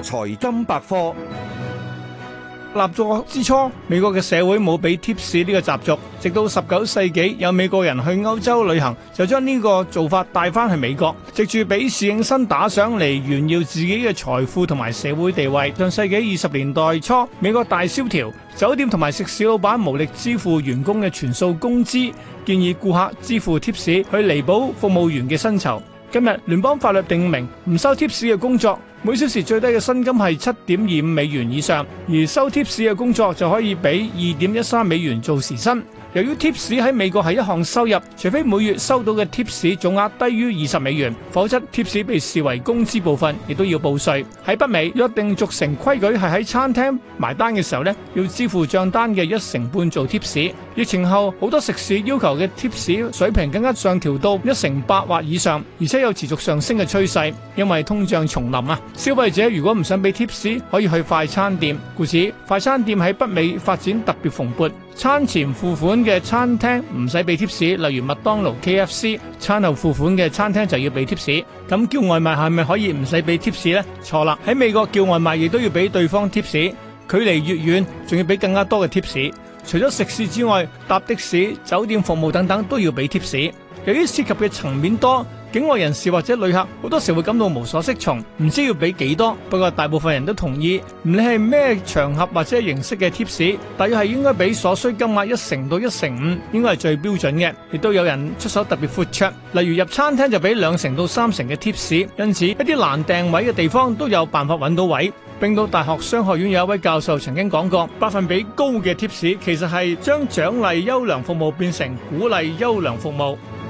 財金百科。 立國之初，美國嘅社會冇俾貼士呢個習俗，直到19世紀有美國人去歐洲旅行，就將呢個做法帶翻去美國，藉住俾侍應生打賞嚟炫耀自己嘅財富同埋社會地位。上世紀20年代初，美國大蕭條，酒店同埋食肆老闆無力支付員工嘅全數工資，建議顧客支付貼士去彌補服務員嘅薪酬。今日聯邦法律定明，唔收貼士嘅工作，每小時最低嘅薪金係7.25美元以上，而收貼士嘅工作就可以俾2.13美元做時薪。由於貼士喺美國係一項收入，除非每月收到嘅貼士總額低於20美元，否則貼士被視為工資部分，亦都要報稅。喺北美約定俗成規矩係喺餐廳埋單嘅時候要支付帳單嘅1成半做貼士。疫情後好多食肆要求嘅貼士水平更加上調到1成8或以上，而且有持續上升嘅趨勢，因為通脹重臨啊！消費者如果唔想俾貼士，可以去快餐店，故此快餐店喺北美發展特別蓬勃。餐前付款嘅餐廳唔使俾貼士，例如麥當勞、KFC； 餐後付款嘅餐廳就要俾貼士。咁叫外賣係咪可以唔使俾貼士呢？錯啦，喺美國叫外賣亦都要俾對方貼士，距離越遠仲要俾更加多嘅貼士。除咗食肆之外，搭的士、酒店服務等等都要俾貼士。由於涉及嘅層面多，境外人士或者旅客好多時會感到無所適從，唔知要俾幾多。不過大部分人都同意，唔理係咩場合或者形式嘅貼士，大約係應該俾所需金額1成到1成5，應該係最標準嘅。亦都有人出手特別闊綽，例如入餐廳就俾2成到3成嘅貼士，因此一啲難訂位嘅地方都有辦法揾到位。冰島大學商學院有一位教授曾經講過，百分比高嘅貼士其實係將獎勵優良服務變成鼓勵優良服務。